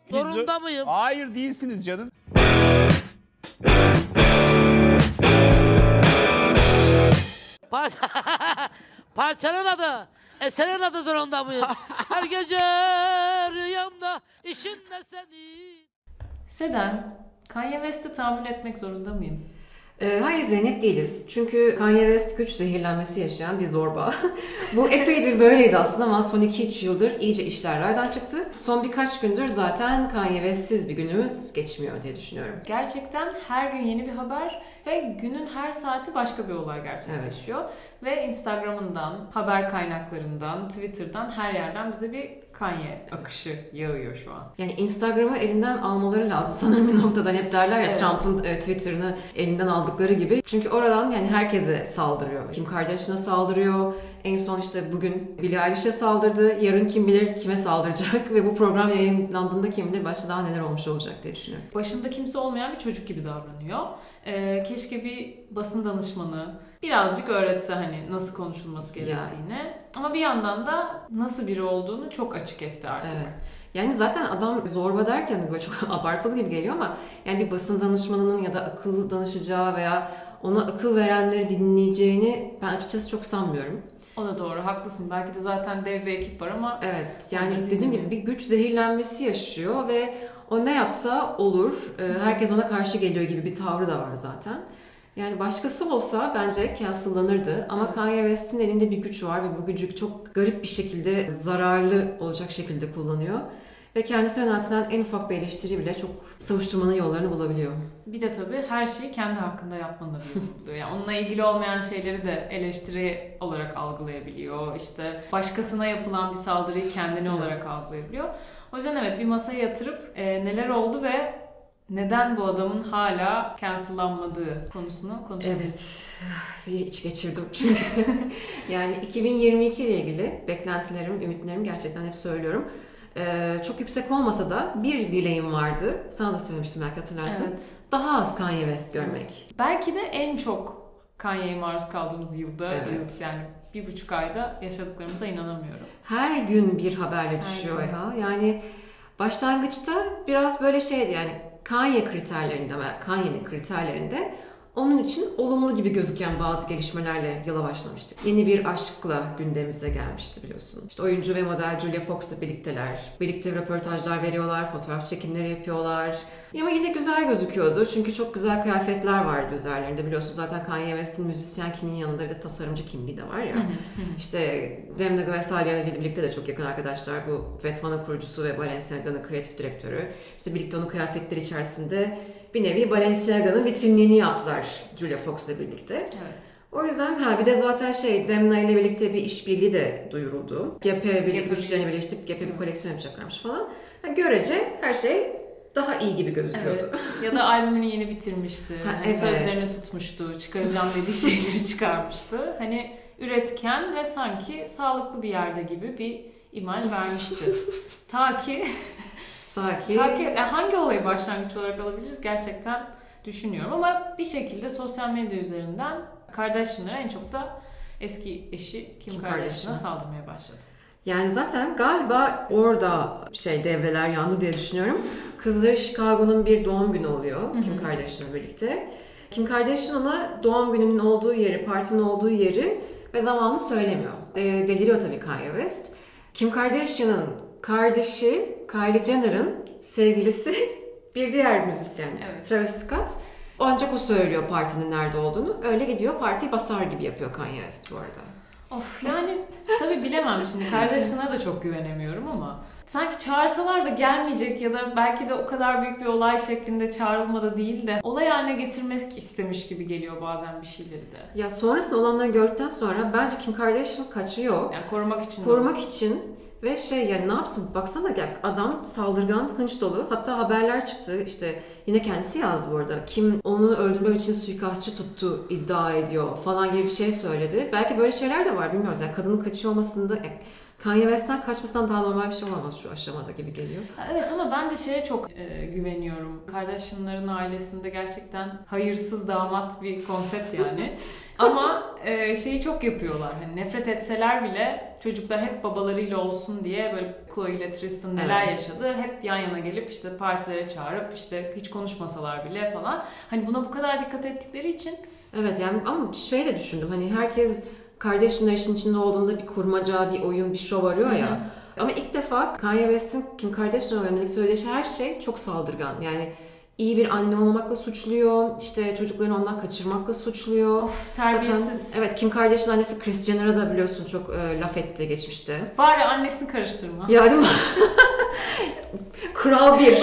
Zorunda mıyım? Hayır değilsiniz canım. Parçanın adı, eserin adı zorunda mıyım? Her gece rüyamda işinle seni. Seden, Kanye West'e tahammül etmek zorunda mıyım? Hayır Zeynep değiliz. Çünkü Kanye West güç zehirlenmesi yaşayan bir zorba. Bu epeydir böyleydi aslında ama son 2-3 yıldır iyice işler raydan çıktı. Son birkaç gündür zaten Kanye West'siz bir günümüz geçmiyor diye düşünüyorum. Gerçekten her gün yeni bir haber ve günün her saati başka bir olay gerçekleşiyor. Evet. Ve Instagram'ından, haber kaynaklarından, Twitter'dan her yerden bize bir Kanye akışı yağıyor şu an. Yani Instagram'ı elinden almaları lazım sanırım bir noktadan. Hep derler ya evet. Trump'ın Twitter'ını elinden aldıkları gibi. Çünkü oradan yani herkese saldırıyor. Kim Kardashian'a saldırıyor. En son işte bugün Billie Eilish'e saldırdı. Yarın kim bilir kime saldıracak ve bu program yayınlandığında kim bilir başta daha neler olmuş olacak diye düşünüyorum. Başında kimse olmayan bir çocuk gibi davranıyor. Keşke bir basın danışmanı birazcık öğretse hani nasıl konuşulması gerektiğini. Ya. Ama bir yandan da nasıl biri olduğunu çok açık etti artık. Evet. Yani zaten adam zorba derken böyle çok abartılı gibi geliyor ama yani bir basın danışmanının ya da akıl danışacağı veya ona akıl verenleri dinleyeceğini ben açıkçası çok sanmıyorum. O da doğru, haklısın. Belki de zaten dev bir ekip var ama... Evet, yani dediğim gibi bir güç zehirlenmesi yaşıyor ve o ne yapsa olur. Herkes ona karşı geliyor gibi bir tavrı da var zaten. Yani başkası olsa bence cancellanırdı ama evet. Kanye West'in elinde bir güç var ve bu gücü çok garip bir şekilde zararlı olacak şekilde kullanıyor. Ve kendisi yöneltilen en ufak bir eleştiri bile çok savuşturmanın yollarını bulabiliyor. Bir de tabii her şeyi kendi hakkında yapmanı buluyor. Yani onunla ilgili olmayan şeyleri de eleştiri olarak algılayabiliyor. İşte başkasına yapılan bir saldırıyı kendine olarak algılayabiliyor. O yüzden evet bir masaya yatırıp neler oldu ve neden bu adamın hala cancellanmadığı konusunu konuşalım. Evet, bir iç geçirdim çünkü. Yani 2022 ile ilgili beklentilerim, ümitlerim gerçekten hep söylüyorum. Çok yüksek olmasa da bir dileğim vardı. Sana da söylemiştim belki hatırlarsın. Evet. Daha az Kanye West görmek. Belki de en çok Kanye'ye maruz kaldığımız yılda evet. Yani 1,5 ayda yaşadıklarımıza inanamıyorum. Her gün bir haberle düşüyor Eha. Yani başlangıçta biraz böyle şeydi yani Kanye kriterlerinde ama Kanye'nin kriterlerinde onun için olumlu gibi gözüken bazı gelişmelerle yıla başlamıştık. Yeni bir aşkla gündemimize gelmişti biliyorsun. İşte oyuncu ve model Julia Fox'la birlikteler. Birlikte röportajlar veriyorlar, fotoğraf çekimleri yapıyorlar. Ama yine güzel gözüküyordu çünkü çok güzel kıyafetler vardı üzerlerinde biliyorsun. Zaten Kanye West'in müzisyen kimliğinin yanında bir de tasarımcı kimliği de var ya. İşte Demi Lovato ve Saliha ile birlikte de çok yakın arkadaşlar. Bu Vetements kurucusu ve Balenciaga'nın kreatif direktörü. İşte birlikte onun kıyafetleri içerisinde bir nevi Balenciaga'nın vitrinliğini yaptılar Julia Fox'la birlikte. Evet. O yüzden bir de zaten Demna ile birlikte bir işbirliği de duyuruldu. Gap'e birlikte güçlerini birleştirip Gap'e bir koleksiyon yapacaklarmış falan. Görece her şey daha iyi gibi gözüküyordu. Evet. Ya da albümünü yeni bitirmişti. Evet. Sözlerini tutmuştu. Çıkaracağım dediği şeyleri çıkarmıştı. Hani üretken ve sanki sağlıklı bir yerde gibi bir imaj vermişti. Ta ki hangi olayı başlangıç olarak alabiliriz gerçekten düşünüyorum ama bir şekilde sosyal medya üzerinden Kardashian'lara en çok da eski eşi Kim Kardashian'a saldırmaya başladı. Yani zaten galiba orada devreler yandı diye düşünüyorum. Kızları Chicago'nun bir doğum günü oluyor Kim Kardashian'la birlikte. Kim Kardashian ona doğum gününün olduğu yeri, partinin olduğu yeri ve zamanını söylemiyor. Deliriyor tabii Kanye West. Kim Kardashian'ın kardeşi Kylie Jenner'ın sevgilisi bir diğer müzisyen evet. Travis Scott. Ancak o söylüyor partinin nerede olduğunu. Öyle gidiyor partiyi basar gibi yapıyor Kanye West bu arada. Of yani tabii bilemem şimdi. Kardashian'a da çok güvenemiyorum ama sanki çağırsalar da gelmeyecek ya da belki de o kadar büyük bir olay şeklinde çağrılmadı değil de olay haline getirmek istemiş gibi geliyor bazen bir şeyleri de. Ya sonrasında olanları gördükten sonra bence Kim Kardashian kaçıyor. Yani korumak için ve yani ne yapsın baksana adam saldırgan, hınç dolu. Hatta haberler çıktı işte yine kendisi yazdı bu arada. Kim onu öldürmek için suikastçı tuttu iddia ediyor falan gibi bir şey söyledi. Belki böyle şeyler de var bilmiyoruz. Yani kadının kaçıyor olmasında Kanye West'ten kaçmasından daha normal bir şey olamaz şu aşamada gibi geliyor. Evet ama ben de şeye çok güveniyorum. Kardashian'ların ailesinde gerçekten hayırsız damat bir konsept yani. Ama şeyi çok yapıyorlar. Hani nefret etseler bile çocuklar hep babalarıyla olsun diye böyle Khloe ile Tristan neler yaşadı. Hep yan yana gelip işte partilere çağırıp işte hiç konuşmasalar bile falan. Hani buna bu kadar dikkat ettikleri için. Evet yani ama şey de düşündüm. Hani herkes Kardashian'lar işin içinde olduğunda bir kurmaca, bir oyun, bir şov arıyor ya. Ama ilk defa Kanye West'in Kim Kardashian'a yönelik söylediği her şey çok saldırgan. Yani iyi bir anne olmamakla suçluyor, işte çocuklarını ondan kaçırmakla suçluyor. Of, terbiyesiz. Zaten, evet, Kim Kardashian annesi Kris Jenner'a da biliyorsun çok laf etti geçmişte. Bari annesini karıştırma. Ya değil mi? Kural 1.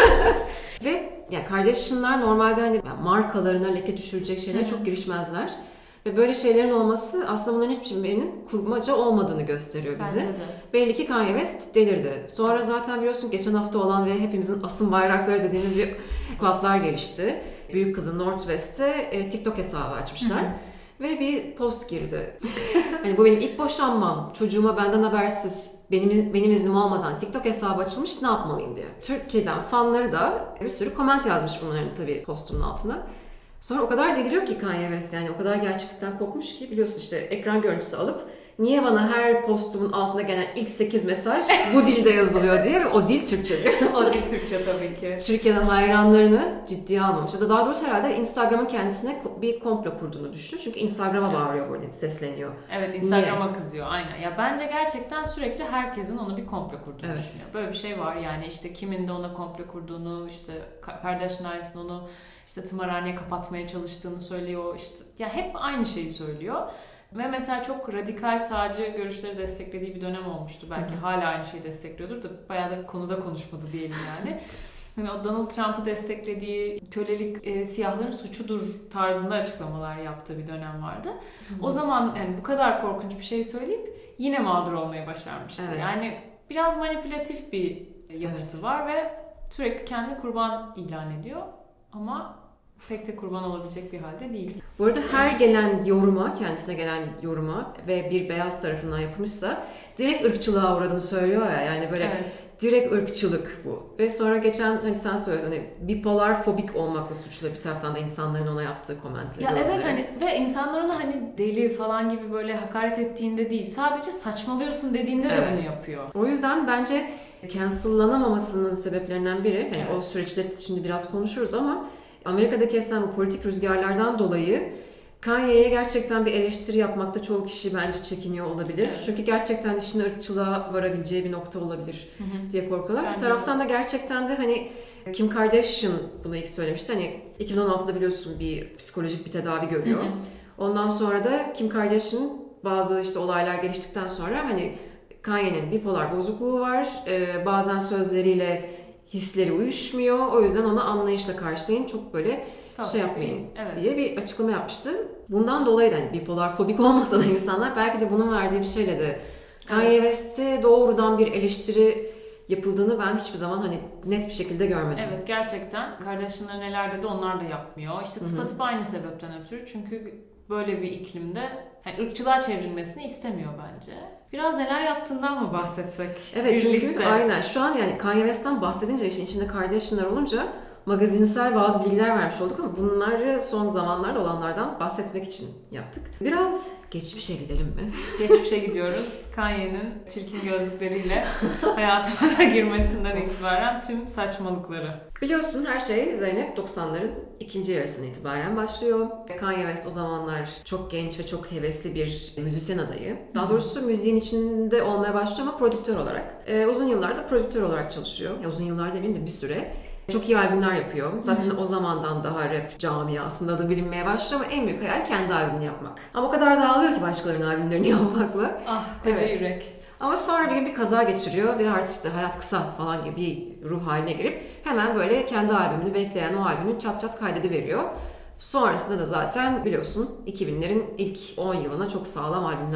Ve yani Kardashian'lar normalde hani markalarına leke düşürecek şeylere çok girişmezler. Ve böyle şeylerin olması aslında bunların hiçbirinin kurmaca olmadığını gösteriyor bize. Bence de. Belli ki Kanye West delirdi. Sonra zaten biliyorsun geçen hafta olan ve hepimizin asım bayrakları dediğimiz bir kuatlar gelişti. Büyük kızı North West'e TikTok hesabı açmışlar. Ve bir post girdi. Hani bu benim ilk boşanmam. Çocuğuma benden habersiz, benim iznim olmadan TikTok hesabı açılmış, ne yapmalıyım diye. Türkiye'den fanları da bir sürü koment yazmış bunların tabii postumun altına. Sonra o kadar deliriyor ki Kanye West, yani o kadar gerçeklikten kopmuş ki biliyorsun işte ekran görüntüsü alıp niye bana her postumun altına gelen ilk 8 mesaj bu dilde yazılıyor diye, ve o dil Türkçe. O dil Türkçe tabii ki. Türkiye'den hayranlarını ciddiye almamış. Ya da daha doğrusu herhalde Instagram'ın kendisine bir komplo kurduğunu düşünüyor. Çünkü Instagram'a bağırıyor böyle, sesleniyor. Evet, Instagram'a kızıyor aynen. Ya bence gerçekten sürekli herkesin ona bir komplo kurduğunu düşünüyor. Böyle bir şey var yani, işte kimin de ona komplo kurduğunu, işte Kardashian ailesinin onu işte tımarhaneye kapatmaya çalıştığını söylüyor. İşte ya hep aynı şeyi söylüyor. Ve mesela çok radikal sağcı görüşleri desteklediği bir dönem olmuştu. Belki hala aynı şeyi destekliyordur da bayağıdır konuda konuşmadı diyelim yani. Hani o Donald Trump'ı desteklediği kölelik siyahların suçudur tarzında açıklamalar yaptığı bir dönem vardı. O zaman yani bu kadar korkunç bir şey söyleyip yine mağdur olmayı başarmıştı. Evet. Yani biraz manipülatif bir yapısı var ve sürekli kendini kurban ilan ediyor. Ama pek de kurban olabilecek bir halde değil. Bu arada her gelen yoruma, kendisine gelen yoruma ve bir beyaz tarafından yapılmışsa direkt ırkçılığa uğradığını söylüyor ya. Yani böyle direkt ırkçılık bu. Ve sonra geçen hani sen söyledin, hani bipolar fobik olmakla suçluyor bir taraftan da insanların ona yaptığı komentleri. Ya evet hani ve insanlar ona hani deli falan gibi böyle hakaret ettiğinde değil, sadece saçmalıyorsun dediğinde de bunu yapıyor. O yüzden bence cancellanamamasının sebeplerinden biri, hani o süreçleri şimdi biraz konuşuruz ama Amerika'daki esen bu politik rüzgarlardan dolayı Kanye'ye gerçekten bir eleştiri yapmakta çoğu kişi bence çekiniyor olabilir. Evet. Çünkü gerçekten işin ırkçılığa varabileceği bir nokta olabilir diye korkuyorlar. Bence bir taraftan da gerçekten de hani Kim Kardashian bunu ilk söylemişti. Hani 2016'da biliyorsun bir psikolojik bir tedavi görüyor. Ondan sonra da Kim Kardashian bazı işte olaylar geliştikten sonra hani Kanye'nin bipolar bozukluğu var. Bazen sözleriyle hisleri uyuşmuyor. O yüzden ona anlayışla karşılayın. Çok böyle şey yapmayın diye bir açıklama yapmıştı. Bundan dolayı da hani bipolar fobik olmasa da insanlar belki de bunun verdiği bir şeyle de Kanye West'e doğrudan bir eleştiri yapıldığını ben hiçbir zaman hani net bir şekilde görmedim. Evet, gerçekten Kardashian'lar neler dedi onlar da yapmıyor. İşte tıpatıp aynı sebepten ötürü. Çünkü böyle bir iklimde yani ırkçılığa çevrilmesini istemiyor bence. Biraz neler yaptığından mı bahsetsek? Evet, çünkü aynen şu an yani Kanye West'ten bahsedince işin içinde Kardashian'lar olunca magazinsel bazı bilgiler vermiş olduk ama bunları son zamanlarda olanlardan bahsetmek için yaptık. Biraz geçmişe gidelim mi? Geçmişe gidiyoruz. Kanye'nin çirkin gözlükleriyle hayatımıza girmesinden itibaren tüm saçmalıkları. Biliyorsun her şey Zeynep 90'ların ikinci yarısına itibaren başlıyor. Kanye West o zamanlar çok genç ve çok hevesli bir müzisyen adayı. Daha doğrusu müziğin içinde olmaya başlıyor ama prodüktör olarak. Uzun yıllarda prodüktör olarak çalışıyor. Uzun yıllar demeyeyim de bir süre. Çok iyi albümler yapıyor. Zaten o zamandan daha rap camiasında da bilinmeye başlıyor ama en büyük hayal kendi albümünü yapmak. Ama o kadar dağılıyor ki başkalarının albümlerini yapmakla. Ah, koca yürek. Ama sonra bir gün bir kaza geçiriyor ve artık işte hayat kısa falan gibi bir ruh haline girip hemen böyle kendi albümünü bekleyen o albümü çat çat kaydediveriyor. Sonrasında da zaten biliyorsun 2000'lerin ilk 10 yılına çok sağlam albümler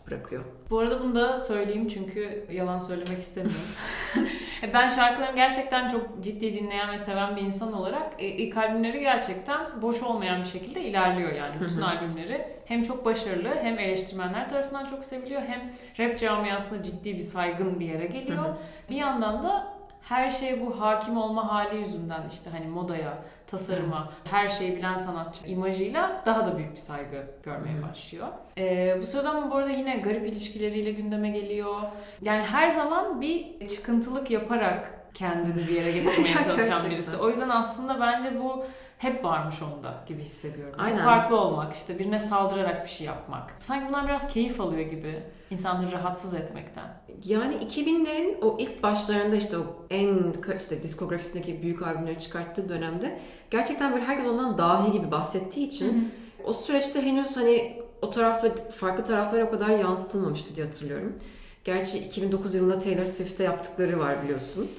bırakıyor. Bu arada bunu da söyleyeyim çünkü yalan söylemek istemiyorum. Ben şarkılarını gerçekten çok ciddi dinleyen ve seven bir insan olarak ilk albümleri gerçekten boş olmayan bir şekilde ilerliyor yani. Bütün albümleri hem çok başarılı hem eleştirmenler tarafından çok seviliyor hem rap camiasında ciddi bir saygın bir yere geliyor. Bir yandan da her şey bu hakim olma hali yüzünden işte hani modaya, tasarıma, her şeyi bilen sanatçı imajıyla daha da büyük bir saygı görmeye başlıyor. Bu sırada ama bu arada yine garip ilişkileriyle gündeme geliyor. Yani her zaman bir çıkıntılık yaparak kendini bir yere getirmeye çalışan birisi. O yüzden aslında bence bu hep varmış onda gibi hissediyorum. Aynen. Farklı olmak, işte birine saldırarak bir şey yapmak. Sanki bundan biraz keyif alıyor gibi insanları rahatsız etmekten. Yani 2000'lerin o ilk başlarında işte o işte diskografisindeki büyük albümleri çıkarttığı dönemde gerçekten böyle herkes ondan dahi gibi bahsettiği için o süreçte henüz hani o taraflar, farklı taraflara o kadar yansıtılmamıştı diye hatırlıyorum. Gerçi 2009 yılında Taylor Swift'te yaptıkları var biliyorsun.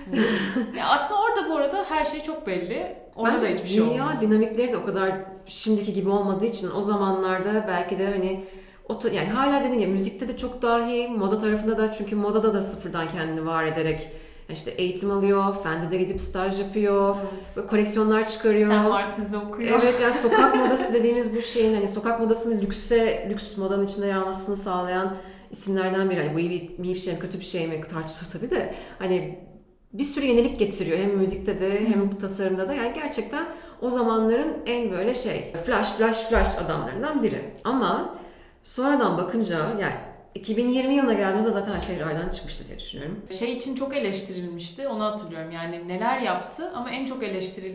Ya aslında orada bu arada her şey çok belli. Orada bence da hiçbir şey olmuyor. dünya dinamikleri de o kadar şimdiki gibi olmadığı için o zamanlarda belki de hani yani hala dediğim gibi müzikte de çok dahi, moda tarafında da, çünkü modada da sıfırdan kendini var ederek işte eğitim alıyor, Fendi'de gidip staj yapıyor, Evet. Koleksiyonlar çıkarıyor. Sen Martiz'de okuyor. Evet, yani sokak modası dediğimiz bu şeyin hani sokak modasını lüks modanın içinde yer almasını sağlayan isimlerden biri. Hani bu iyi bir şey mi kötü bir şey mi tartışılır tabii de hani bir sürü yenilik getiriyor hem müzikte de hem tasarımda da. Yani gerçekten o zamanların en böyle flash adamlarından biri. Ama sonradan bakınca yani 2020 yılına geldiğimizde zaten her şey raydan çıkmıştı diye düşünüyorum. Şey için çok eleştirilmişti, onu hatırlıyorum. Yani neler yaptı ama en çok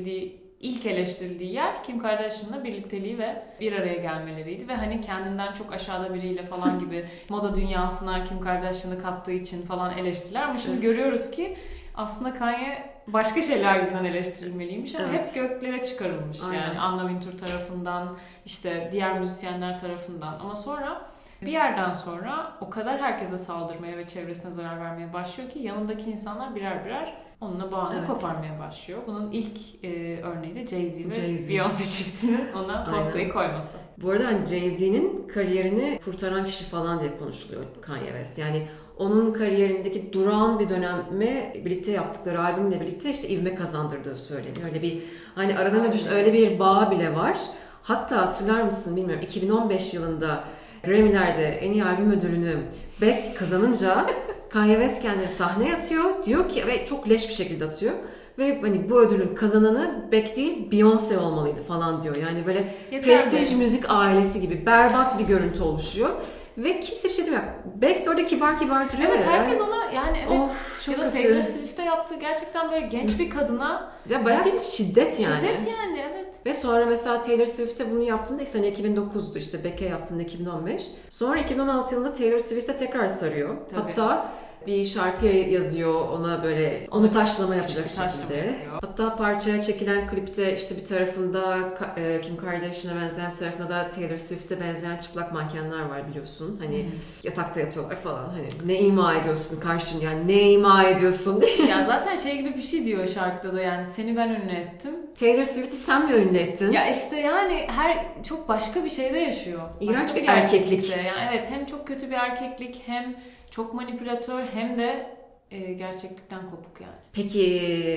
ilk eleştirildiği yer Kim Kardashian'la birlikteliği ve bir araya gelmeleriydi ve hani kendinden çok aşağıda biriyle falan gibi moda dünyasına Kim Kardashian'ı kattığı için falan eleştiriler. Ama şimdi görüyoruz ki aslında Kanye başka şeyler yüzünden eleştirilmeliymiş ama hep göklere çıkarılmış. Aynen. Yani Anna Wintour tarafından, işte diğer müzisyenler tarafından. Ama sonra bir yerden sonra o kadar herkese saldırmaya ve çevresine zarar vermeye başlıyor ki yanındaki insanlar birer birer onunla bağını koparmaya başlıyor. Bunun ilk örneği de Jay-Z ve Beyoncé çiftinin ona postayı koyması. Bu arada hani Jay-Z'nin kariyerini kurtaran kişi falan diye konuşuluyor Kanye West. Yani onun kariyerindeki duran bir döneme birlikte yaptıkları albümle birlikte işte ivme kazandırdığı söyleniyor. Öyle bir hani aralarında öyle bir bağ bile var. Hatta hatırlar mısın bilmiyorum, 2015 yılında Grammy'lerde en iyi albüm ödülünü Beck kazanınca Kanye West kendine sahneye atıyor. Diyor ki ve çok leş bir şekilde atıyor. Ve hani bu ödülün kazananı Beck değil Beyoncé olmalıydı falan diyor. Yani böyle prestij müzik ailesi gibi berbat bir görüntü oluşuyor. Ve kimse bir şey demiyor. Beck de orada kibar duruyor. Evet, herkes ona yani evet. Of, çok ya da kötü. Taylor Swift'te yaptığı gerçekten böyle genç bir kadına ya bayağı bir şiddet yani. Şiddet yani, evet. Ve sonra mesela Taylor Swift'te bunu yaptığında sene 2009'du, işte Beck'e yaptığında 2015. Sonra 2016 yılında Taylor Swift'te tekrar sarıyor. Tabii. Hatta bir şarkı yazıyor ona, böyle onu taşlama yapacak şekilde. Hatta parçaya çekilen klipte işte bir tarafında Kim Kardashian'a benzeyen, bir tarafında da Taylor Swift'e benzeyen çıplak mankenler var biliyorsun. Hani yatakta yatıyorlar falan. Hani ne ima ediyorsun karşım, yani ne ima ediyorsun diye. Ya zaten şey gibi bir şey diyor şarkıda da, yani seni ben ünlü ettim. Taylor Swift'i sen mi ünlü ettin? Ya işte yani çok başka bir şeyde yaşıyor. İğrenç Başka bir erkeklik. Yani evet, hem çok kötü bir erkeklik, hem çok manipülatör, hem de gerçeklikten kopuk yani. Peki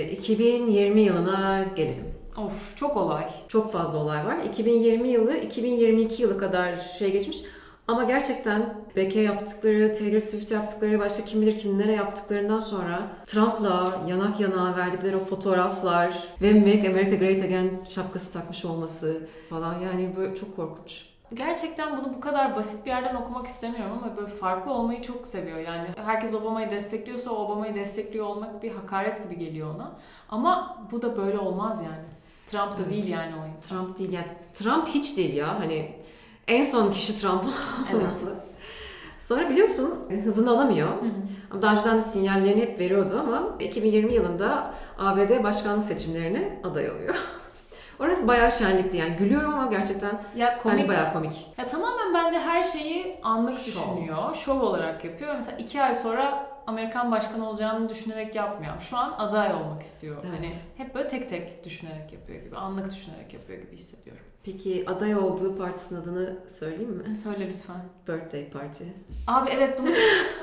2020 yılına gelelim. Of, çok olay. Çok fazla olay var. 2020 yılı 2022 yılı kadar şey geçmiş. Ama gerçekten Beck'e yaptıkları, Taylor Swift'e yaptıkları, başka kim bilir kimlere yaptıklarından sonra Trump'la yanak yanağa verdikleri o fotoğraflar ve Make America Great Again şapkası takmış olması falan, yani böyle çok korkunç. Gerçekten bunu bu kadar basit bir yerden okumak istemiyorum ama böyle farklı olmayı çok seviyor. Yani herkes Obama'yı destekliyorsa Obama'yı destekliyor olmak bir hakaret gibi geliyor ona. Ama bu da böyle olmaz yani. Trump da değil yani o insan. Trump değil yani. Trump hiç değil ya. Hani en son kişi Trump olmalı. Sonra biliyorsun hızını alamıyor. Ama daha önceden de sinyallerini hep veriyordu ama 2020 yılında ABD başkanlık seçimlerine aday oluyor. Orası bayağı şenlikli yani. Gülüyorum ama gerçekten Ya bence bayağı komik. Ya tamamen bence her şeyi anlık Şov. düşünüyor. Şov olarak yapıyor. Mesela 2 ay sonra Amerikan başkanı olacağını düşünerek yapmıyor. Şu an aday olmak istiyor. Evet. Hani hep böyle tek tek düşünerek yapıyor gibi, anlık düşünerek yapıyor gibi hissediyorum. Peki aday olduğu partisinin adını söyleyeyim mi? Söyle lütfen. Birthday Party. Abi evet bunu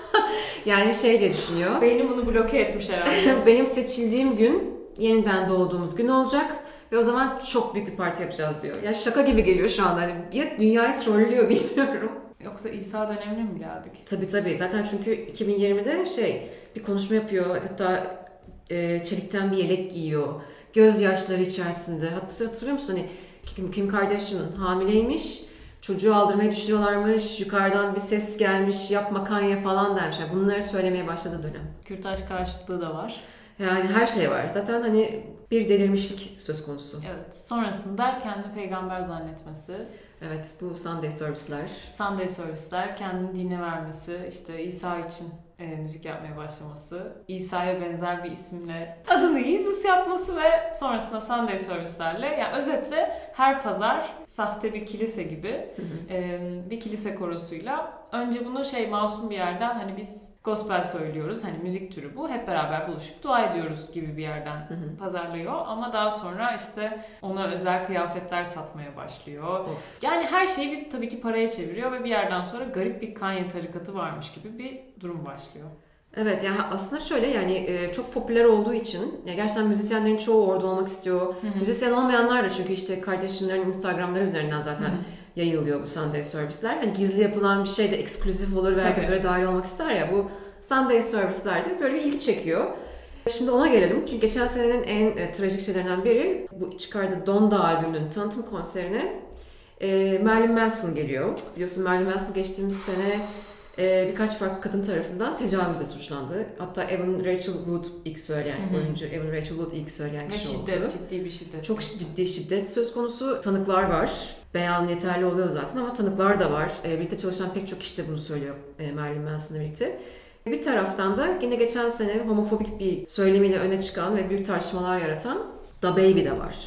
Yani şey diye düşünüyor. beynim bunu bloke etmiş herhalde. Benim seçildiğim gün yeniden doğduğumuz gün olacak ve o zaman çok büyük bir parti yapacağız diyor. Ya şaka gibi geliyor şu anda. Hani ya dünyayı trollüyor bilmiyorum. Yoksa İsa dönemine mi geldik? Tabii. Zaten çünkü 2020'de bir konuşma yapıyor. Hatta çelikten bir yelek giyiyor. Gözyaşları içerisinde. Hatırlıyor musun? Hani Kim Kardashian'ın hamileymiş. Çocuğu aldırmayı düşünüyorlarmış. Yukarıdan bir ses gelmiş. Yapma Kanye falan dermiş. Yani bunları söylemeye başladı dönem. Kürtaj karşıtlığı da var. Yani her şey var. Zaten hani bir delirmişlik söz konusu. Evet. Sonrasında kendi peygamber zannetmesi, Evet, bu Sunday service'ler. Sunday service'ler, kendini dine vermesi, işte İsa için müzik yapmaya başlaması, İsa'ya benzer bir isimle adını Jesus yapması ve sonrasında Sunday service'lerle, yani özetle her pazar sahte bir kilise gibi bir kilise korosuyla önce bunu masum bir yerden hani biz gospel söylüyoruz, hani müzik türü bu, hep beraber buluşup dua ediyoruz gibi bir yerden pazarlıyor ama daha sonra işte ona özel kıyafetler satmaya başlıyor. Of. Yani her şeyi tabii ki paraya çeviriyor ve bir yerden sonra garip bir Kanye tarikatı varmış gibi bir durum başlıyor. Evet, yani aslında şöyle yani çok popüler olduğu için ya gerçekten müzisyenlerin çoğu orada olmak istiyor. Müzisyen olmayanlar da çünkü işte Kardashian'ların Instagram'ları üzerinden zaten yayılıyor bu Sunday service'ler. Hani gizli yapılan bir şey de eksklusif olur ve herkes öyle dahil olmak ister ya, bu Sunday service'lerde böyle bir ilgi çekiyor. Şimdi ona gelelim. Çünkü geçen senenin en trajik şeylerinden biri bu çıkardığı Donda albümünün tanıtım konserine Marilyn Manson geliyor. Biliyorsun Marilyn Manson geçtiğimiz sene birkaç farklı kadın tarafından tecavüze suçlandı. Hatta Evan Rachel Wood ilk söyleyen oyuncu, Evan Rachel Wood ilk söyleyen kişi oldu. Ve ciddi bir şiddet. Çok ciddi şiddet söz konusu. Tanıklar var. Beyan yeterli oluyor zaten ama tanıklar da var. Birlikte çalışan pek çok kişi de bunu söylüyor Marilyn Manson'la birlikte. Bir taraftan da yine geçen sene homofobik bir söylemiyle öne çıkan ve büyük tartışmalar yaratan DaBaby de var.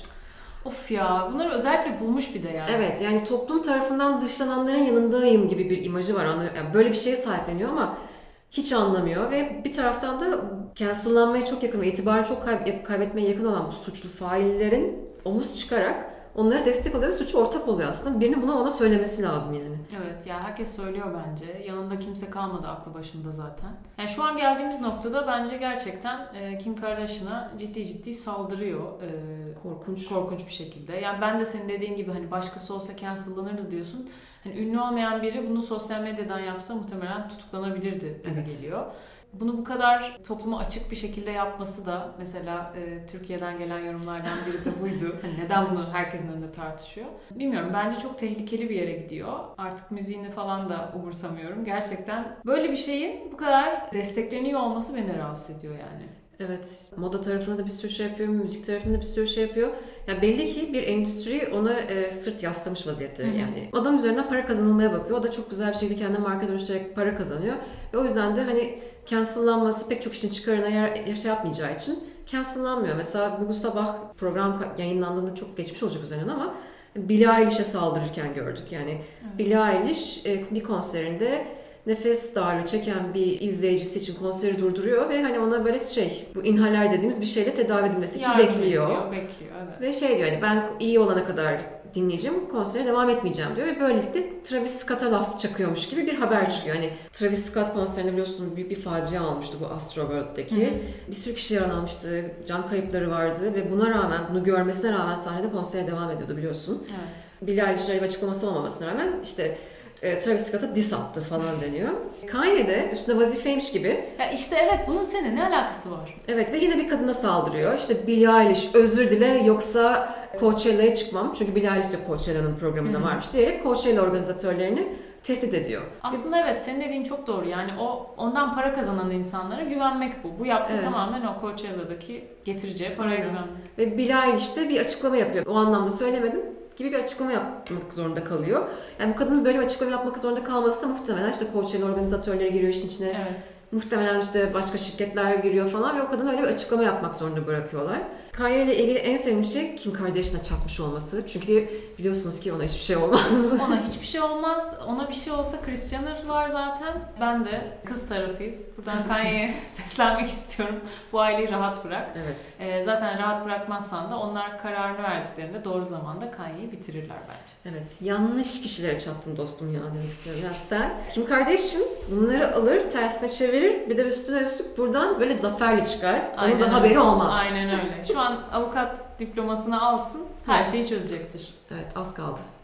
Of ya, bunları özellikle bulmuş bir de yani. Evet, yani toplum tarafından dışlananların yanındayım gibi bir imajı var. Yani böyle bir şeye sahipleniyor ama hiç anlamıyor ve bir taraftan da cancellanmaya çok yakın ve itibarı çok kaybetmeye yakın olan bu suçlu faillerin omuz çıkarak onlara destek oluyor ve suçu ortak oluyor aslında. Birinin bunu ona söylemesi lazım yani. Evet, ya herkes söylüyor bence. Yanında kimse kalmadı aklı başında zaten. Yani şu an geldiğimiz noktada bence gerçekten Kim Kardashian'a ciddi saldırıyor. Korkunç bir şekilde. Yani ben de senin dediğin gibi hani başkası olsa cancellanırdı diyorsun. Hani ünlü olmayan biri bunu sosyal medyadan yapsa muhtemelen tutuklanabilirdi gibi geliyor. Bunu bu kadar topluma açık bir şekilde yapması da mesela Türkiye'den gelen yorumlardan biri de buydu. Hani neden bunu herkesin önünde tartışıyor? Bilmiyorum, bence çok tehlikeli bir yere gidiyor. Artık müziğini falan da umursamıyorum. Gerçekten böyle bir şeyin bu kadar destekleniyor olması beni rahatsız ediyor yani. Evet, moda tarafında da bir sürü şey yapıyor, müzik tarafında bir sürü şey yapıyor. Ya belli ki bir endüstri ona sırt yaslamış vaziyette. Yani adam üzerinden para kazanılmaya bakıyor. O da çok güzel bir şekilde kendine marka dönüştürerek para kazanıyor. Ve o yüzden de hani cancellanması pek çok işin çıkarına şey yapmayacağı için cancellanmıyor. Mesela bugün sabah program yayınlandığında çok geçmiş olacak üzerinden ama Billie Eilish'e saldırırken gördük. Yani Billie Eilish bir konserinde nefes darlığı çeken bir izleyicisi için konseri durduruyor ve hani ona böyle bu inhaler dediğimiz bir şeyle tedavi edilmesi için bekliyor. Bekliyor, evet. Ve diyor hani ben iyi olana kadar dinleyeceğim, konsere devam etmeyeceğim diyor ve böylelikle Travis Scott'a laf çakıyormuş gibi bir haber çıkıyor. Hani Travis Scott konserinde biliyorsun büyük bir facia olmuştu bu Astroworld'daki. Bir sürü kişi yaralanmıştı, can kayıpları vardı ve buna rağmen, bunu görmesine rağmen sahnede konsere devam ediyordu biliyorsun. Evet. Billie Eilish'in öyle bir açıklaması olmamasına rağmen işte Travis Scott'a diss attı falan deniyor. Kanye de üstüne vazifeymiş gibi. Ya işte evet, bunun seninle ne alakası var? Evet ve yine bir kadına saldırıyor. İşte Billie Eilish özür dile yoksa Coachella'ya çıkmam. Çünkü Billie Eilish de Coachella'nın programında varmış diyerek Coachella organizatörlerini tehdit ediyor. Aslında evet, senin dediğin çok doğru. Yani ondan para kazanan insanlara güvenmek bu. Bu yaptığı tamamen o Coachella'daki getireceği paraya güvenmek. Ve Billie Eilish de bir açıklama yapıyor. O anlamda söylemedim gibi bir açıklama yapmak zorunda kalıyor. Yani bu kadının böyle bir açıklama yapmak zorunda kalması da muhtemelen işte Coachella organizatörleri giriyor işin içine. Evet. Muhtemelen işte başka şirketler giriyor falan ve o kadın öyle bir açıklama yapmak zorunda bırakıyorlar. Kanye ile ilgili en sevdiğim şey Kim Kardashian'a çatmış olması. Çünkü biliyorsunuz ki ona hiçbir şey olmaz. Ona hiçbir şey olmaz. Ona bir şey olsa Kris Jenner var zaten. Ben de kız tarafıyız. Buradan Kanye'ye seslenmek istiyorum. Bu aileyi rahat bırak. Evet. Zaten rahat bırakmazsan da onlar kararını verdiklerinde doğru zamanda Kanye'yi bitirirler bence. Evet. Yanlış kişilere çattın dostum ya demek istiyorum. Ya sen Kim Kardashian bunları alır, tersine çevirir. Bir de üstüne üstlük buradan böyle zaferle çıkar. Onun da haberi olmaz. Aynen öyle. Şu an avukat diplomasını alsın. Her şeyi çözecektir. Evet, az kaldı.